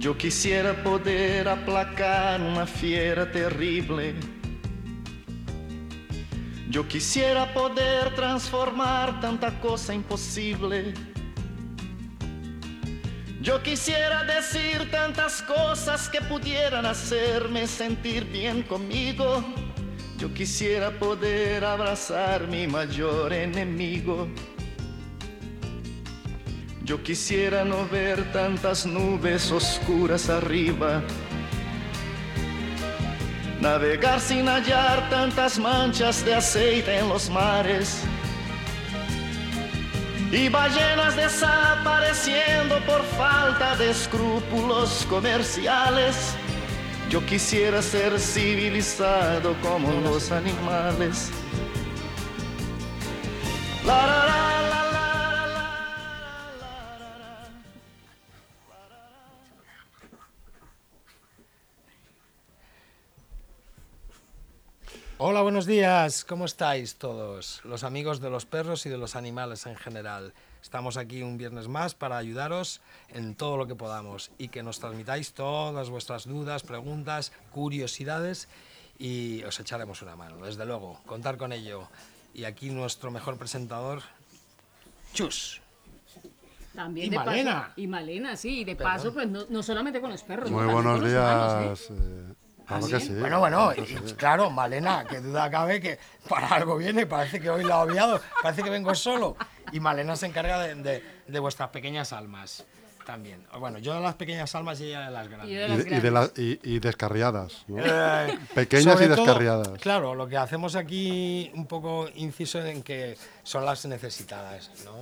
Yo quisiera poder aplacar una fiera terrible. Yo quisiera poder transformar tanta cosa imposible. Yo quisiera decir tantas cosas que pudieran hacerme sentir bien conmigo. Yo quisiera poder abrazar mi mayor enemigo. Yo quisiera no ver tantas nubes oscuras arriba, navegar sin hallar tantas manchas de aceite en los mares y ballenas desapareciendo por falta de escrúpulos comerciales. Yo quisiera ser civilizado como los animales. La, la, la, la, la, la, la, la. Hola, buenos días, ¿cómo estáis todos? Los amigos de los perros y de los animales en general. Estamos aquí un viernes más para ayudaros en todo lo que podamos y que nos transmitáis todas vuestras dudas, preguntas, curiosidades y os echaremos una mano, desde luego, contar con ello. Y aquí nuestro mejor presentador, Chus. También Y de Malena. paso, y Malena, sí, y de Perdón. paso, pues no solamente con los perros. Muy ¿no? También buenos con los humanos, días. Claro ¿Sí? que sí. Bueno, claro que y sí. claro, Malena, que duda cabe que para algo viene, parece que hoy la ha obviado, parece que vengo solo. Y Malena se encarga de vuestras pequeñas almas también. Bueno, yo de las pequeñas almas y ella de las grandes. Y yo de Y, las y de grandes. y descarriadas, ¿no? Eh, Pequeñas sobre y todo, descarriadas. Claro, lo que hacemos aquí un poco inciso en que son las necesitadas, ¿no?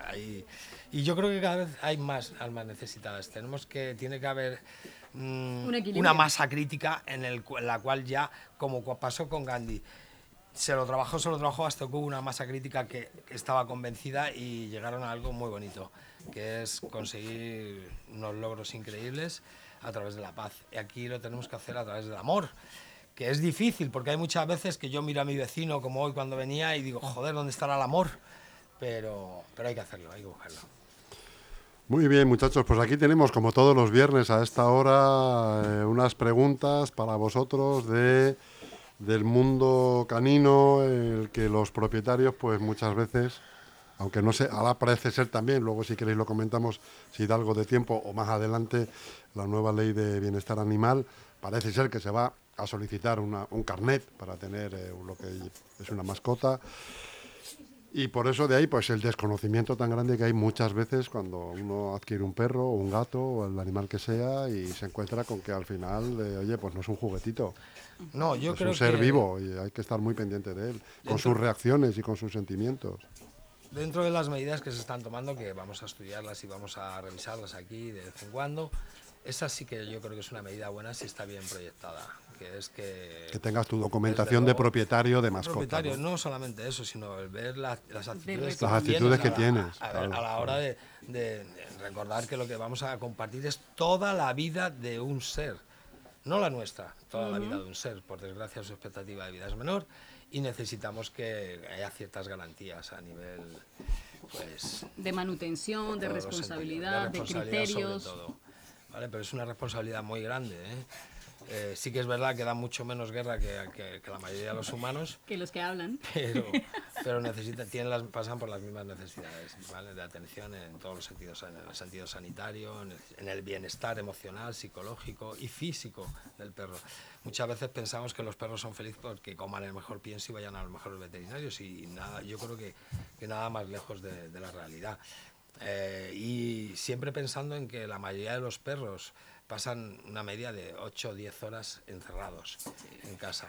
Y yo creo que cada vez hay más almas necesitadas. Tiene que haber Un equilibrio. una masa crítica en la cual ya, como pasó con Gandhi, se lo trabajó hasta que hubo una masa crítica que estaba convencida y llegaron a algo muy bonito, que es conseguir unos logros increíbles a través de la paz. Y aquí lo tenemos que hacer a través del amor, que es difícil, porque hay muchas veces que yo miro a mi vecino, como hoy cuando venía, y digo, joder, ¿dónde estará el amor? Pero hay que hacerlo, hay que buscarlo. Muy bien, muchachos, pues aquí tenemos, como todos los viernes a esta hora, unas preguntas para vosotros del mundo canino, en el que los propietarios, pues muchas veces, aunque no sé, ahora parece ser también, luego si queréis lo comentamos, si da algo de tiempo o más adelante, la nueva ley de bienestar animal, parece ser que se va a solicitar un carnet para tener lo que es una mascota. Y por eso de ahí, pues el desconocimiento tan grande que hay muchas veces cuando uno adquiere un perro o un gato o el animal que sea y se encuentra con que al final, oye, pues no es un juguetito. No, yo Es creo un ser que vivo y hay que estar muy pendiente de él, con sus reacciones y con sus sentimientos. dentro de las medidas que se están tomando, que vamos a estudiarlas y vamos a revisarlas aquí de vez en cuando, esa sí que yo creo que es una medida buena si está bien proyectada, que es Que tengas tu documentación desde de luego, propietario de mascota. propietario, ¿no? no solamente eso, sino el ver las actitudes Las actitudes que tienes, a claro, la hora de recordar que lo que vamos a compartir es toda la vida de un ser, no la nuestra, toda la vida de un ser. Por desgracia su expectativa de vida es menor y necesitamos que haya ciertas garantías a nivel, pues, De manutención, de todos los responsabilidad, de sentidos, criterios. sobre todo, ¿vale? Pero es una responsabilidad muy grande, ¿eh? Sí que es verdad que da mucho menos guerra que la mayoría de los humanos, Que los que hablan. pero pasan por las mismas necesidades, ¿vale? De atención en todos los sentidos, en el sentido sanitario, en el bienestar emocional, psicológico y físico del perro. Muchas veces pensamos que los perros son felices porque coman el mejor pienso y vayan a los mejores veterinarios y nada, yo creo que nada más lejos de la realidad. Y siempre pensando en que la mayoría de los perros pasan una media de 8 o 10 horas encerrados en casa.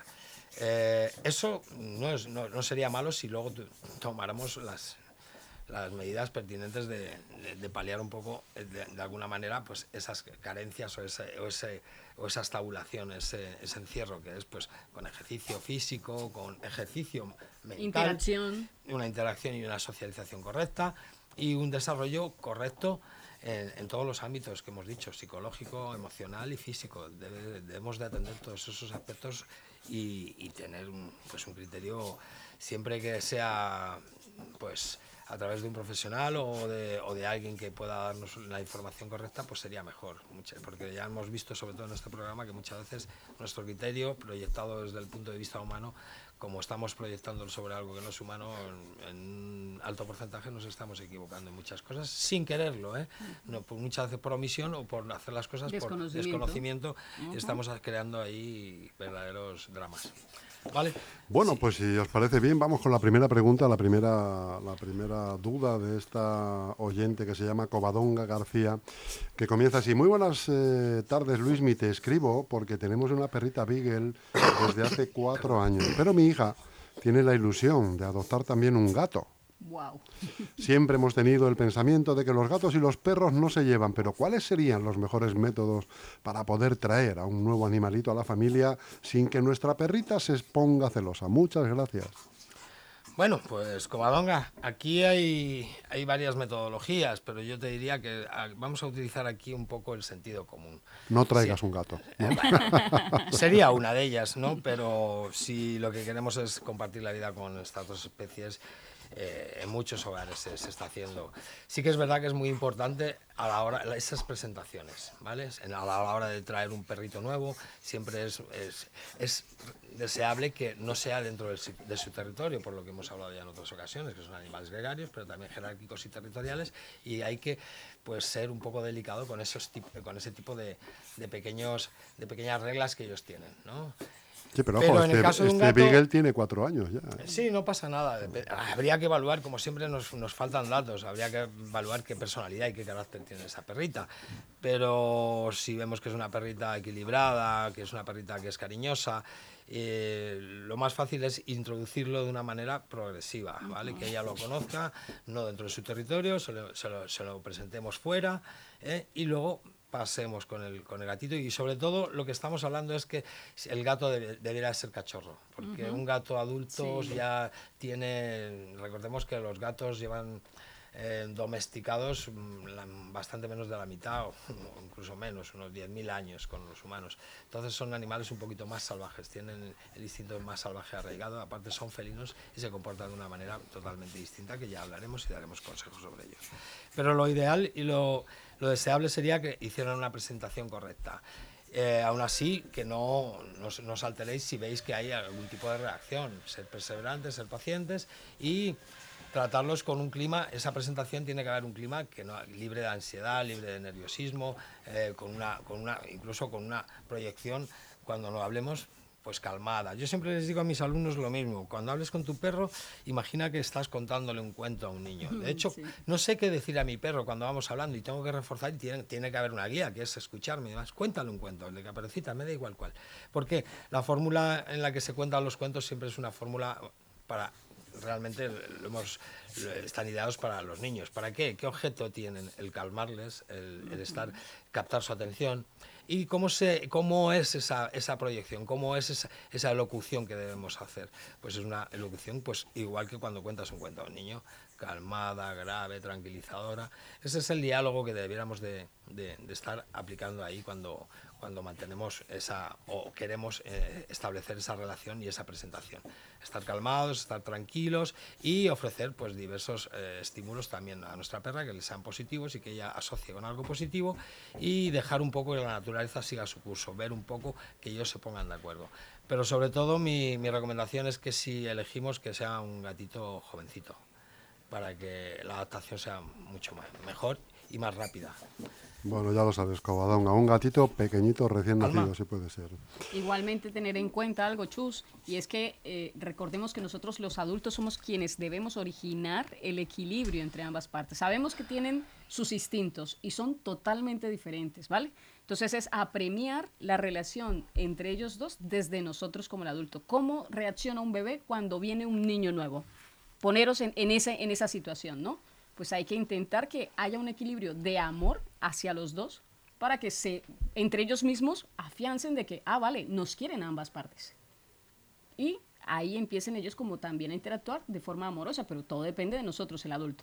Eso no sería malo si luego tomáramos las medidas pertinentes de paliar un poco, de alguna manera, pues esas carencias o esas tabulaciones, ese encierro que es, pues, con ejercicio físico, con ejercicio mental, una interacción y una socialización correcta y un desarrollo correcto en todos los ámbitos que hemos dicho, psicológico, emocional y físico. Debemos de atender todos esos aspectos y tener un criterio siempre que sea, pues, a través de un profesional o de alguien que pueda darnos la información correcta, pues sería mejor. Porque ya hemos visto, sobre todo en este programa, que muchas veces nuestro criterio, proyectado desde el punto de vista humano, como estamos proyectando sobre algo que no es humano, en alto porcentaje nos estamos equivocando en muchas cosas, sin quererlo, ¿eh? No, muchas veces por omisión o por hacer las cosas por desconocimiento, estamos creando ahí verdaderos dramas. ¿Vale? Bueno, Sí. pues si os parece bien, vamos con la primera pregunta, la primera duda de esta oyente que se llama Covadonga García, que comienza así. Muy buenas tardes, Luismi, te escribo porque tenemos una perrita Beagle desde hace 4 años, pero mi hija tiene la ilusión de adoptar también un gato. Wow. Siempre hemos tenido el pensamiento de que los gatos y los perros no se llevan, pero ¿cuáles serían los mejores métodos para poder traer a un nuevo animalito a la familia sin que nuestra perrita se ponga celosa? Muchas gracias. Bueno, pues Covadonga, aquí hay varias metodologías, pero yo te diría que vamos a utilizar aquí un poco el sentido común. No traigas un gato, ¿no? Sería una de ellas, ¿no? Pero si lo que queremos es compartir la vida con estas dos especies, en muchos hogares se está haciendo. Sí que es verdad que es muy importante a la hora esas presentaciones, ¿vale? A la hora de traer un perrito nuevo, siempre es deseable que no sea dentro de su territorio, por lo que hemos hablado ya en otras ocasiones, que son animales gregarios, pero también jerárquicos y territoriales, y hay que pues ser un poco delicado con ese tipo de pequeñas reglas que ellos tienen, ¿no? Sí, pero ojo, en el caso de un gato, Beagle tiene 4 años ya. Sí, no pasa nada. Habría que evaluar, como siempre nos faltan datos, habría que evaluar qué personalidad y qué carácter tiene esa perrita. Pero si vemos que es una perrita equilibrada, que es una perrita que es cariñosa, lo más fácil es introducirlo de una manera progresiva, ¿vale? Que ella lo conozca, no dentro de su territorio, se lo presentemos fuera, y luego pasemos con el gatito. Y sobre todo lo que estamos hablando es que el gato debería ser cachorro, porque un gato adulto ya tiene, recordemos que los gatos llevan domesticados bastante menos de la mitad o incluso menos, unos 10.000 años con los humanos. Entonces son animales un poquito más salvajes, tienen el instinto más salvaje arraigado, aparte son felinos y se comportan de una manera totalmente distinta, que ya hablaremos y daremos consejos sobre ellos. Pero lo ideal y lo deseable sería que hicieran una presentación correcta. Aún así, que no os alteréis si veis que hay algún tipo de reacción. Ser perseverantes, ser pacientes y tratarlos con un clima. Esa presentación tiene que haber un clima que no, libre de ansiedad, libre de nerviosismo, incluso con una proyección, cuando no hablemos, pues calmada. Yo siempre les digo a mis alumnos lo mismo: cuando hables con tu perro, imagina que estás contándole un cuento a un niño. De hecho, no sé qué decir a mi perro cuando vamos hablando y tengo que reforzar, y tiene que haber una guía, que es escucharme y demás. Cuéntale un cuento, el de Caperucita, me da igual cuál. Porque la fórmula en la que se cuentan los cuentos siempre es una fórmula para... Realmente están ideados para los niños. ¿Para qué? ¿Qué objeto tienen? El calmarles, el captar su atención. ¿Y cómo es esa proyección? ¿Cómo es esa elocución que debemos hacer? Pues es una elocución pues igual que cuando cuentas un cuento a un niño, calmada, grave, tranquilizadora. Ese es el diálogo que debiéramos de estar aplicando ahí cuando mantenemos o queremos establecer esa relación y esa presentación. Estar calmados, estar tranquilos y ofrecer pues diversos estímulos también a nuestra perra que le sean positivos y que ella asocie con algo positivo, y dejar un poco que la naturaleza siga su curso, ver un poco que ellos se pongan de acuerdo. Pero sobre todo mi recomendación es que si elegimos, que sea un gatito jovencito, para que la adaptación sea mucho mejor y más rápida. Bueno, ya lo sabes, Covadonga, un gatito pequeñito recién nacido, si puede ser. Igualmente tener en cuenta algo, Chus, y es que recordemos que nosotros los adultos somos quienes debemos originar el equilibrio entre ambas partes. Sabemos que tienen sus instintos y son totalmente diferentes, ¿vale? Entonces es apremiar la relación entre ellos dos desde nosotros como el adulto. ¿Cómo reacciona un bebé cuando viene un niño nuevo? Poneros en esa situación, ¿no? Pues hay que intentar que haya un equilibrio de amor hacia los dos para que entre ellos mismos afiancen de que, vale, nos quieren ambas partes. Y ahí empiecen ellos como también a interactuar de forma amorosa, pero todo depende de nosotros, el adulto.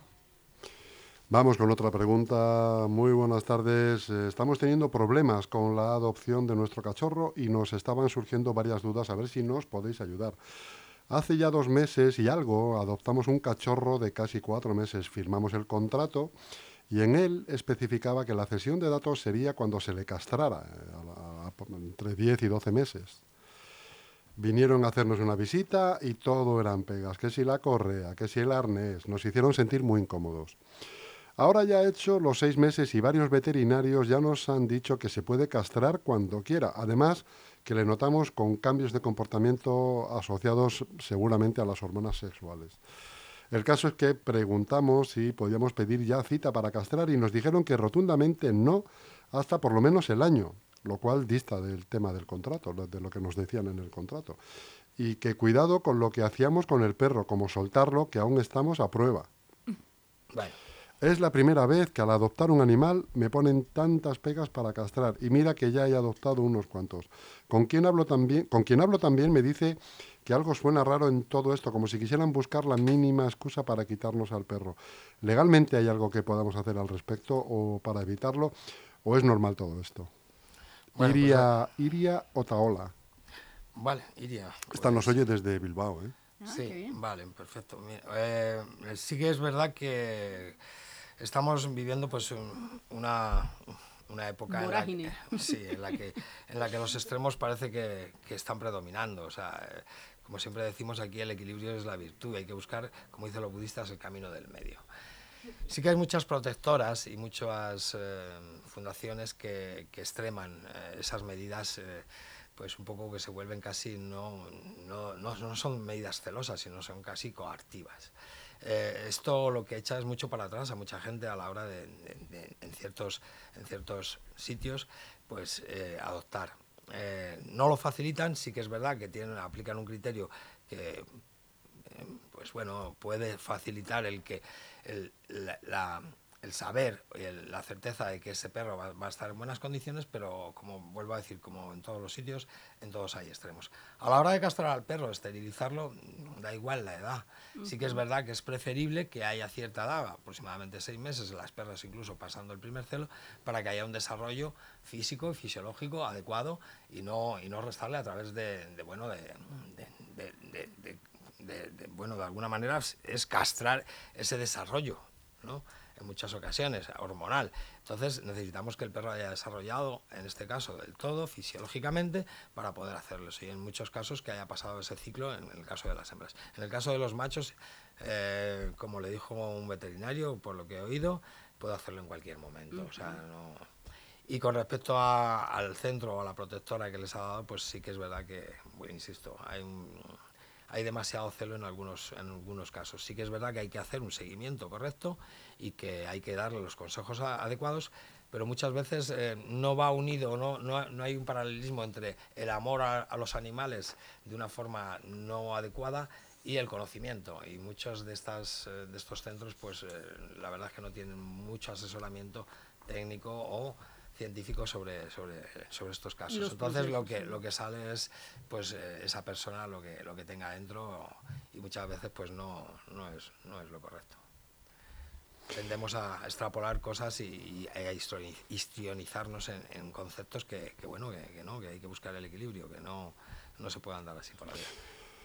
Vamos con otra pregunta. Muy buenas tardes. Estamos teniendo problemas con la adopción de nuestro cachorro y nos estaban surgiendo varias dudas, a ver si nos podéis ayudar. Hace ya 2 meses y algo adoptamos un cachorro de casi 4 meses, firmamos el contrato y en él especificaba que la cesión de datos sería cuando se le castrara, entre 10 y 12 meses. Vinieron a hacernos una visita y todo eran pegas, que si la correa, que si el arnés, nos hicieron sentir muy incómodos. Ahora ya hecho los 6 meses y varios veterinarios ya nos han dicho que se puede castrar cuando quiera. Además, que le notamos con cambios de comportamiento asociados seguramente a las hormonas sexuales. El caso es que preguntamos si podíamos pedir ya cita para castrar y nos dijeron que rotundamente no hasta por lo menos el año, lo cual dista del tema del contrato, de lo que nos decían en el contrato. Y que cuidado con lo que hacíamos con el perro, como soltarlo, que aún estamos a prueba. Bueno. Es la primera vez que al adoptar un animal me ponen tantas pegas para castrar y mira que ya he adoptado unos cuantos. Con quien hablo también me dice que algo suena raro en todo esto, como si quisieran buscar la mínima excusa para quitarnos al perro. ¿Legalmente hay algo que podamos hacer al respecto o para evitarlo o es normal todo esto? Bueno, Iria Otaola. Vale, Iria. Esta nos oye desde Bilbao, ¿eh? Sí, qué bien. vale, perfecto. Sí que es verdad que estamos viviendo pues una época Vorágine. en la que los extremos parece que están predominando. O sea, como siempre decimos aquí, el equilibrio es la virtud. Hay que buscar, como dicen los budistas, el camino del medio. Sí que hay muchas protectoras y muchas fundaciones que extreman esas medidas, pues un poco que se vuelven casi, no son medidas celosas, sino son casi coactivas. Esto lo que echa es mucho para atrás a mucha gente a la hora de en ciertos sitios, pues adoptar. No lo facilitan, sí que es verdad que aplican un criterio que pues bueno, puede facilitar el que el saber, la certeza de que ese perro va a estar en buenas condiciones, pero como vuelvo a decir, como en todos los sitios, en todos hay extremos. A la hora de castrar al perro, esterilizarlo, da igual la edad. Sí que es verdad que es preferible que haya cierta edad, aproximadamente 6 meses, las perras incluso pasando el primer celo, para que haya un desarrollo físico y fisiológico adecuado y no restarle a través de alguna manera es castrar ese desarrollo, ¿no? En muchas ocasiones, hormonal. Entonces necesitamos que el perro haya desarrollado, en este caso del todo, fisiológicamente, para poder hacerlo. Y en muchos casos que haya pasado ese ciclo, en el caso de las hembras. En el caso de los machos, como le dijo un veterinario, por lo que he oído, puede hacerlo en cualquier momento. O sea, no... Y con respecto al centro o a la protectora que les ha dado, pues sí que es verdad que, bueno, insisto, hay demasiado celo en algunos casos. Sí que es verdad que hay que hacer un seguimiento correcto y que hay que darle los consejos adecuados, pero muchas veces no va unido, no hay un paralelismo entre el amor a los animales de una forma no adecuada y el conocimiento. Y muchos de estos centros, pues la verdad es que no tienen mucho asesoramiento técnico o científico sobre estos casos. Entonces lo que sale es pues esa persona lo que tenga dentro y muchas veces pues no es lo correcto. Tendemos a extrapolar cosas y a histrionizarnos en conceptos que hay que buscar el equilibrio, que no se puede andar así por la vida.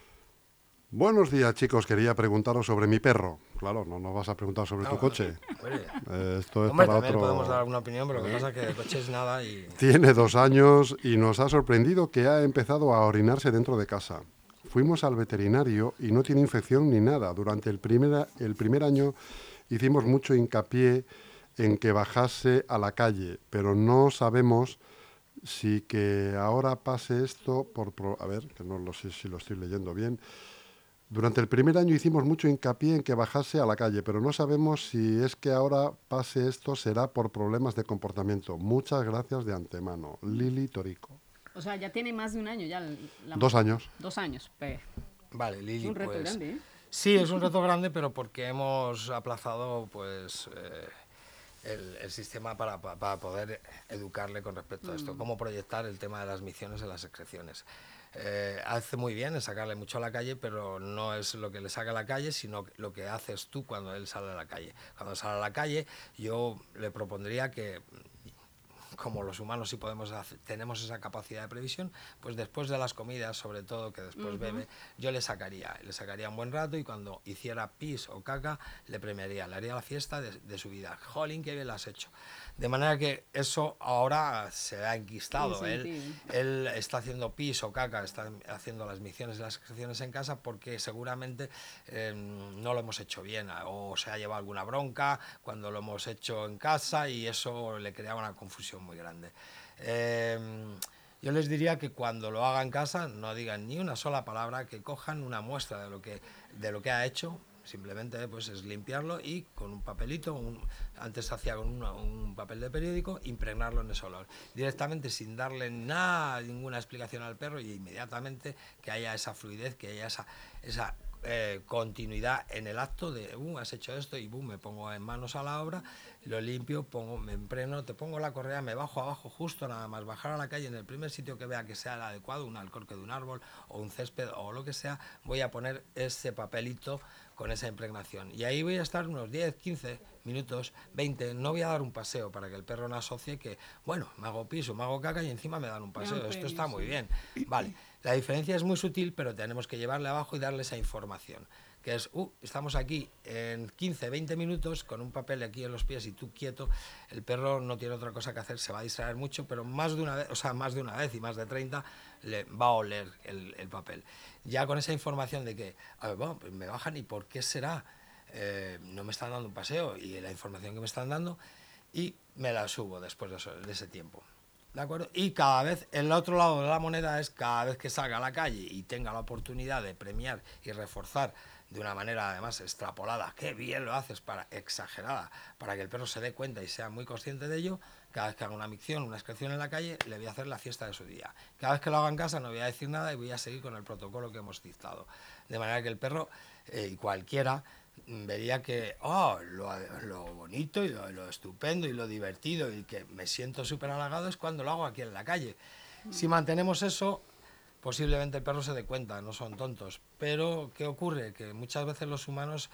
Buenos días, chicos. Quería preguntaros sobre mi perro. Claro, no nos vas a preguntar sobre tu coche. Esto es para también otro... podemos dar alguna opinión, pero lo que pasa es que el coche es nada y... Tiene 2 años y nos ha sorprendido que ha empezado a orinarse dentro de casa. Fuimos al veterinario y no tiene infección ni nada. Durante el primer año hicimos mucho hincapié en que bajase a la calle, pero no sabemos si que ahora pase esto por... A ver, que no lo sé si lo estoy leyendo bien... Durante el primer año hicimos mucho hincapié en que bajase a la calle, pero no sabemos si es que ahora pase esto será por problemas de comportamiento. Muchas gracias de antemano. Lili Torico. O sea, ya tiene más de un año ya. 2 años. 2 años. Vale, Lili, es un reto pues, grande, ¿eh? Sí, es un reto grande, pero porque hemos aplazado pues el sistema para poder educarle con respecto a esto. Cómo proyectar el tema de las misiones en las excreciones. Hace muy bien en sacarle mucho a la calle, pero no es lo que le saca a la calle, sino lo que haces tú cuando él sale a la calle. Cuando sale a la calle, yo le propondría que como los humanos sí tenemos esa capacidad de previsión, pues después de las comidas, sobre todo, que después bebe, yo le sacaría un buen rato, y cuando hiciera pis o caca, le premiaría, le haría la fiesta de su vida. Jolín, qué bien lo has hecho. De manera que eso ahora se ha enquistado. Él está haciendo pis o caca, está haciendo las micciones y las excreciones en casa porque seguramente no lo hemos hecho bien, o se ha llevado alguna bronca cuando lo hemos hecho en casa, y eso le crea una confusión muy grande. Yo les diría que cuando lo haga en casa no digan ni una sola palabra, que cojan una muestra de lo que ha hecho. Simplemente pues es limpiarlo y con un papelito, antes se hacía con un papel de periódico, impregnarlo en ese olor. Directamente, sin darle ninguna explicación al perro, y inmediatamente que haya esa fluidez, que haya esa continuidad en el acto de has hecho esto, y me pongo en manos a la obra, lo limpio, me impregno, te pongo la correa, me bajo abajo, justo nada más bajar a la calle, en el primer sitio que vea que sea el adecuado, un alcorque de un árbol o un césped o lo que sea, voy a poner ese papelito con esa impregnación, y ahí voy a estar unos 10, 15 minutos, 20, no voy a dar un paseo para que el perro no asocie que, bueno, me hago piso, me hago caca y encima me dan un paseo, esto está muy bien, vale. La diferencia es muy sutil, pero tenemos que llevarle abajo y darle esa información, que es, estamos aquí en 15, 20 minutos con un papel aquí en los pies y tú quieto, el perro no tiene otra cosa que hacer, se va a distraer mucho, pero más de una vez y más de 30 le va a oler el papel. Ya con esa información de que, bueno, pues me bajan, ¿y por qué será? No me están dando un paseo, y la información que me están dando, y me la subo después de ese tiempo. ¿De acuerdo? Y cada vez, el otro lado de la moneda es, cada vez que salga a la calle y tenga la oportunidad de premiar y reforzar de una manera además extrapolada, qué bien lo haces, exagerada, para que el perro se dé cuenta y sea muy consciente de ello, cada vez que haga una micción, una excreción en la calle, le voy a hacer la fiesta de su día. Cada vez que lo haga en casa no voy a decir nada y voy a seguir con el protocolo que hemos dictado. De manera que el perro, y cualquiera, vería que lo bonito y lo estupendo y lo divertido y que me siento súper halagado es cuando lo hago aquí en la calle. Si mantenemos eso, posiblemente el perro se dé cuenta, no son tontos. Pero, ¿qué ocurre? Que muchas veces los humanos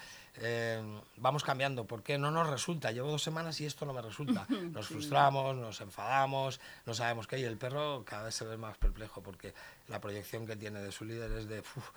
vamos cambiando. ¿Por qué no nos resulta? Llevo 2 semanas y esto no me resulta. Nos frustramos, nos enfadamos, no sabemos qué. Y el perro cada vez se ve más perplejo porque la proyección que tiene de su líder es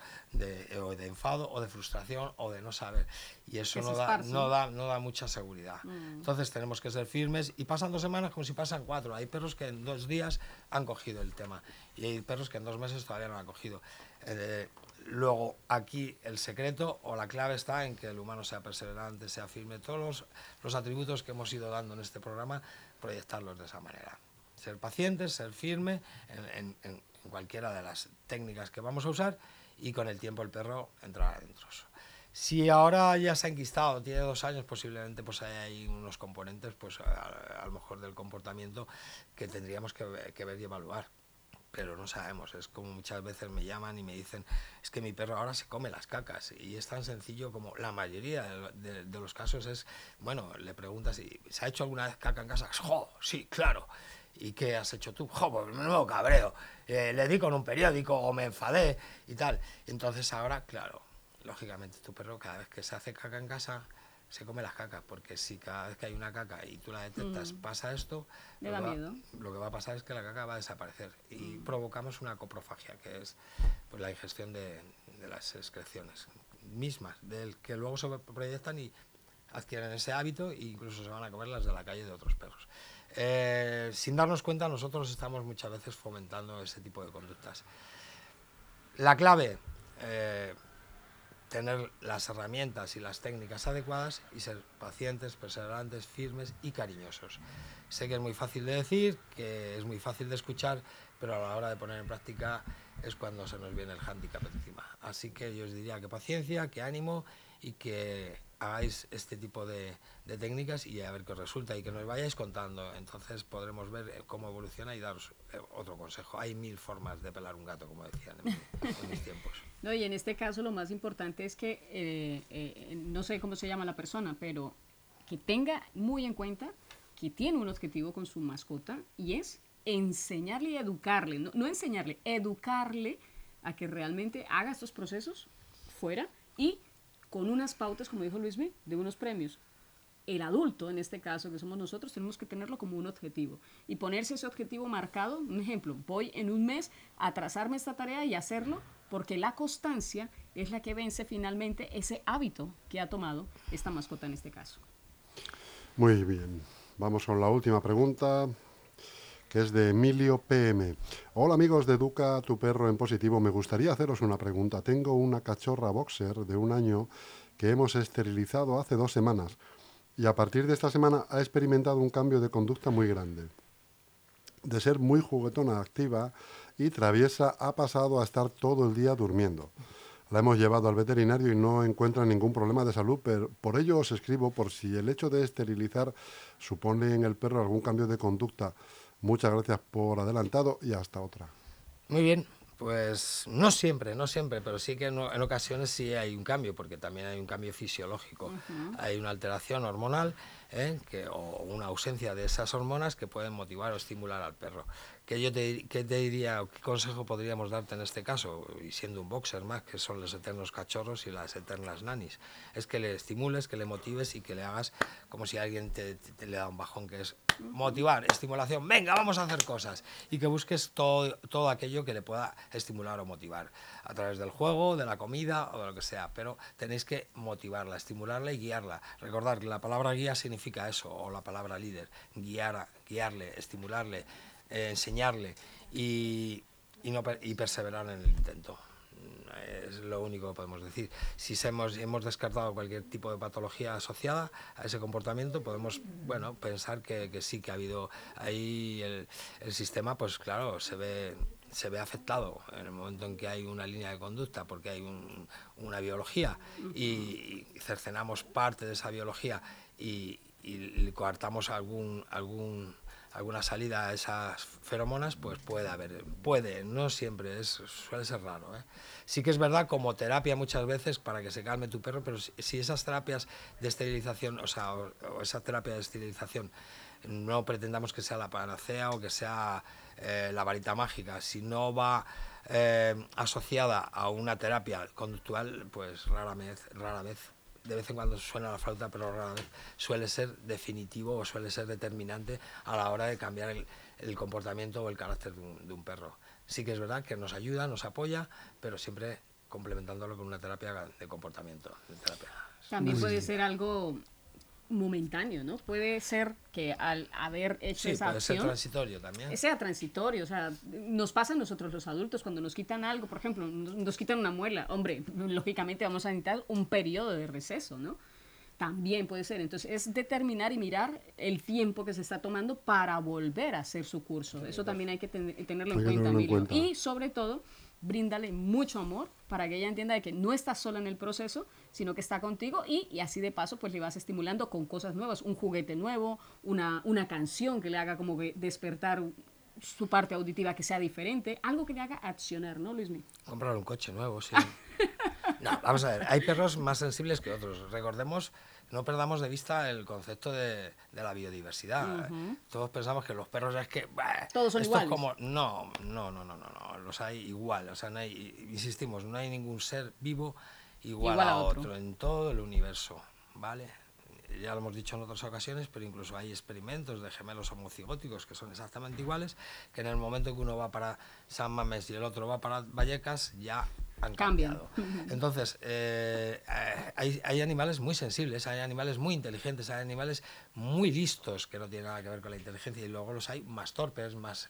o de enfado o de frustración o de no saber. Y eso no da mucha seguridad. Entonces tenemos que ser firmes, y pasan 2 semanas como si pasan 4. Hay perros que en 2 días han cogido el tema y hay perros que en 2 meses todavía no han cogido. Luego, aquí el secreto o la clave está en que el humano sea perseverante, sea firme. Todos los atributos que hemos ido dando en este programa, proyectarlos de esa manera. Ser pacientes, ser firme en cualquiera de las técnicas que vamos a usar, y con el tiempo el perro entrará dentro. Si ahora ya se ha enquistado, tiene 2 años, posiblemente pues hay unos componentes, pues a lo mejor del comportamiento, que tendríamos que ver y evaluar. Pero no sabemos, es como muchas veces me llaman y me dicen, es que mi perro ahora se come las cacas, y es tan sencillo como la mayoría de los casos es, bueno, le preguntas, ¿se ha hecho alguna vez caca en casa? ¡Jo, sí, claro! ¿Y qué has hecho tú? ¡Jo, pues menudo cabreo! Le di con un periódico o me enfadé y tal. Entonces ahora, claro, lógicamente tu perro cada vez que se hace caca en casa se come las cacas, porque si cada vez que hay una caca y tú la detectas pasa esto, le da miedo. Lo que va a pasar es que la caca va a desaparecer y provocamos una coprofagia, que es pues la ingestión de las excreciones mismas, del que luego se proyectan y adquieren ese hábito, e incluso se van a comer las de la calle de otros perros. Sin darnos cuenta, nosotros estamos muchas veces fomentando ese tipo de conductas. La clave, tener las herramientas y las técnicas adecuadas y ser pacientes, perseverantes, firmes y cariñosos. Sé que es muy fácil de decir, que es muy fácil de escuchar, pero a la hora de poner en práctica es cuando se nos viene el hándicap encima. Así que yo os diría que paciencia, que ánimo, y que hagáis este tipo de técnicas y a ver qué os resulta, y que nos vayáis contando. Entonces podremos ver cómo evoluciona y daros otro consejo. Hay 1000 formas de pelar un gato, como decían en mis tiempos. No, y en este caso lo más importante es que, no sé cómo se llama la persona, pero que tenga muy en cuenta que tiene un objetivo con su mascota, y es enseñarle y educarle, no enseñarle, educarle a que realmente haga estos procesos fuera, y con unas pautas, como dijo Luismi, de unos premios. el adulto, en este caso, que somos nosotros, tenemos que tenerlo como un objetivo y ponerse ese objetivo marcado. Un ejemplo, voy en un mes a trazarme esta tarea y hacerlo, porque la constancia es la que vence finalmente ese hábito que ha tomado esta mascota en este caso. Muy bien, vamos con la última pregunta, que es de Emilio PM. Hola amigos de Educa tu perro en positivo, me gustaría haceros una pregunta. Tengo una cachorra boxer de 1 año que hemos esterilizado hace 2 semanas y a partir de esta semana ha experimentado un cambio de conducta muy grande. De ser muy juguetona, activa y traviesa, ha pasado a estar todo el día durmiendo. La hemos llevado al veterinario y no encuentra ningún problema de salud, pero por ello os escribo por si el hecho de esterilizar supone en el perro algún cambio de conducta. Muchas gracias por adelantado y hasta otra. Muy bien, pues no siempre, pero sí que en ocasiones sí hay un cambio, porque también hay un cambio fisiológico. Hay una alteración hormonal o una ausencia de esas hormonas que pueden motivar o estimular al perro. ¿Qué te diría, o qué consejo podríamos darte en este caso? Y siendo un boxer más, que son los eternos cachorros y las eternas nanis, es que le estimules, que le motives y que le hagas como si alguien te le da un bajón, que es motivar, estimulación, venga, vamos a hacer cosas, y que busques todo aquello que le pueda estimular o motivar, a través del juego, de la comida o de lo que sea, pero tenéis que motivarla, estimularla y guiarla. Recordad que la palabra guía significa eso, o la palabra líder, guiarle, estimularle, enseñarle y perseverar en el intento. Es lo único que podemos decir. Si hemos descartado cualquier tipo de patología asociada a ese comportamiento, podemos pensar que sí, que ha habido ahí el sistema, pues claro, se ve afectado en el momento en que hay una línea de conducta, porque hay una biología y cercenamos parte de esa biología y coartamos alguna salida a esas feromonas, pues puede, no siempre, suele ser raro, ¿eh? Sí que es verdad, como terapia muchas veces, para que se calme tu perro, pero si esas terapias de esterilización, o esa terapia de esterilización, no pretendamos que sea la panacea o que sea la varita mágica, si no va asociada a una terapia conductual, pues rara vez. De vez en cuando suena la flauta, pero rara vez suele ser definitivo o suele ser determinante a la hora de cambiar el comportamiento o el carácter de un perro. Sí que es verdad que nos ayuda, nos apoya, pero siempre complementándolo con una terapia de comportamiento. También puede ser algo momentáneo, ¿no? Puede ser que al haber hecho esa acción... puede ser transitorio también. Sea transitorio, o sea, nos pasa a nosotros los adultos cuando nos quitan algo, por ejemplo, nos quitan una muela, hombre, lógicamente vamos a necesitar un periodo de receso, ¿no? También puede ser, entonces es determinar y mirar el tiempo que se está tomando para volver a hacer su curso. Eso también hay que tenerlo en cuenta, Emilio. Y sobre todo, bríndale mucho amor para que ella entienda de que no está sola en el proceso, sino que está contigo y así de paso pues le vas estimulando con cosas nuevas, un juguete nuevo, una canción que le haga como que despertar su parte auditiva que sea diferente, algo que le haga accionar, ¿no, Luismi? Comprar un coche nuevo, sí. No, vamos a ver, hay perros más sensibles que otros. Recordemos, no perdamos de vista el concepto de la biodiversidad. Todos pensamos que los perros es que... todos son iguales. No, los hay igual. O sea, insistimos, no hay ningún ser vivo igual a otro en todo el universo, ¿vale? Ya lo hemos dicho en otras ocasiones, pero incluso hay experimentos de gemelos homocigóticos que son exactamente iguales, que en el momento que uno va para San Mamés y el otro va para Vallecas, ya han cambiado. Entonces, hay animales muy sensibles, hay animales muy inteligentes, hay animales muy listos que no tienen nada que ver con la inteligencia, y luego los hay más torpes, más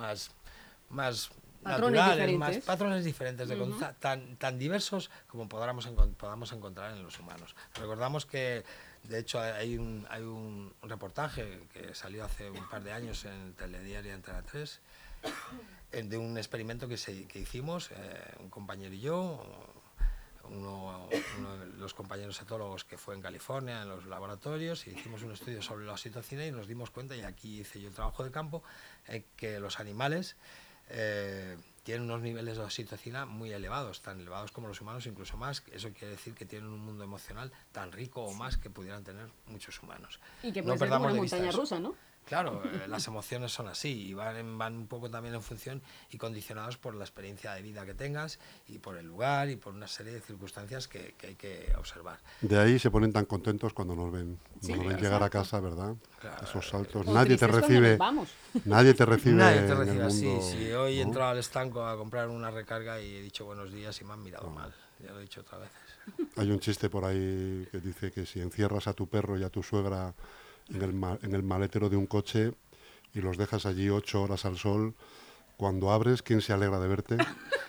naturales, más patrones diferentes de conducta, tan diversos como podamos encontrar en los humanos. Recordamos que, de hecho, hay un reportaje que salió hace un par de años en el Telediario Antena 3, de un experimento que hicimos, un compañero y yo, uno de los compañeros etólogos que fue en California, en los laboratorios, y hicimos un estudio sobre la oxitocina y nos dimos cuenta, y aquí hice yo el trabajo de campo, que los animales tienen unos niveles de oxitocina muy elevados, tan elevados como los humanos, incluso más. Eso quiere decir que tienen un mundo emocional tan rico o más que pudieran tener muchos humanos. Y que puede ser como una montaña rusa, ¿no? Claro, las emociones son así y van un poco también en función y condicionados por la experiencia de vida que tengas y por el lugar y por una serie de circunstancias que hay que observar. De ahí se ponen tan contentos cuando nos ven, Sí, cuando ven llegar a casa, ¿verdad? Claro. Esos saltos. O Nadie te tristes cuando recibe. nos vamos. Nadie te recibe. Nadie te en recibe el así. mundo, Si hoy he ¿no? entrado al estanco a comprar una recarga y he dicho buenos días y me han mirado mal, ya lo he dicho otras veces. Hay un chiste por ahí que dice que si encierras a tu perro y a tu suegra en el maletero de un coche y los dejas allí 8 horas al sol, cuando abres, ¿quién se alegra de verte?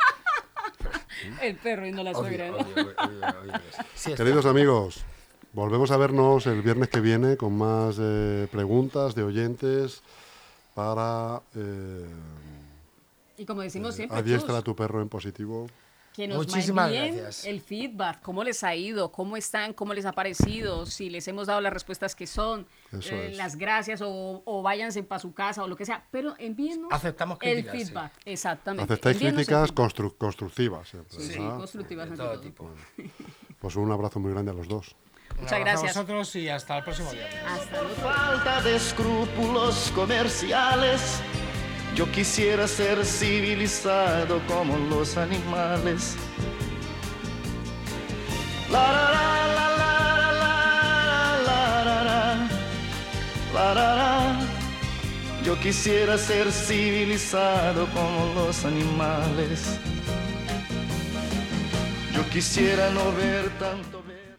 El perro y no la suegra, ¿no? Sí, es Queridos amigos, volvemos a vernos el viernes que viene con más preguntas de oyentes para Y como decimos siempre, adiestra Chus, a tu perro en positivo. que nos Muchísimas envíen gracias. el feedback, cómo les ha ido, cómo están, cómo les ha parecido, si les hemos dado las respuestas que son, Eso es. las gracias o váyanse para su casa o lo que sea, pero envíennos Aceptamos el críticas, feedback, exactamente. Aceptáis Envíennos el críticas feedback. constructivas siempre, Sí, ¿verdad? constructivas de ante todo todo. tipo. Pues un abrazo muy grande a los dos. Muchas gracias. A vosotros y hasta el próximo viernes. Hasta luego. Falta de escrúpulos comerciales. Yo quisiera ser civilizado como los animales. La la la la la la la la la la la. Yo quisiera ser civilizado como los animales. Yo quisiera no ver tanto.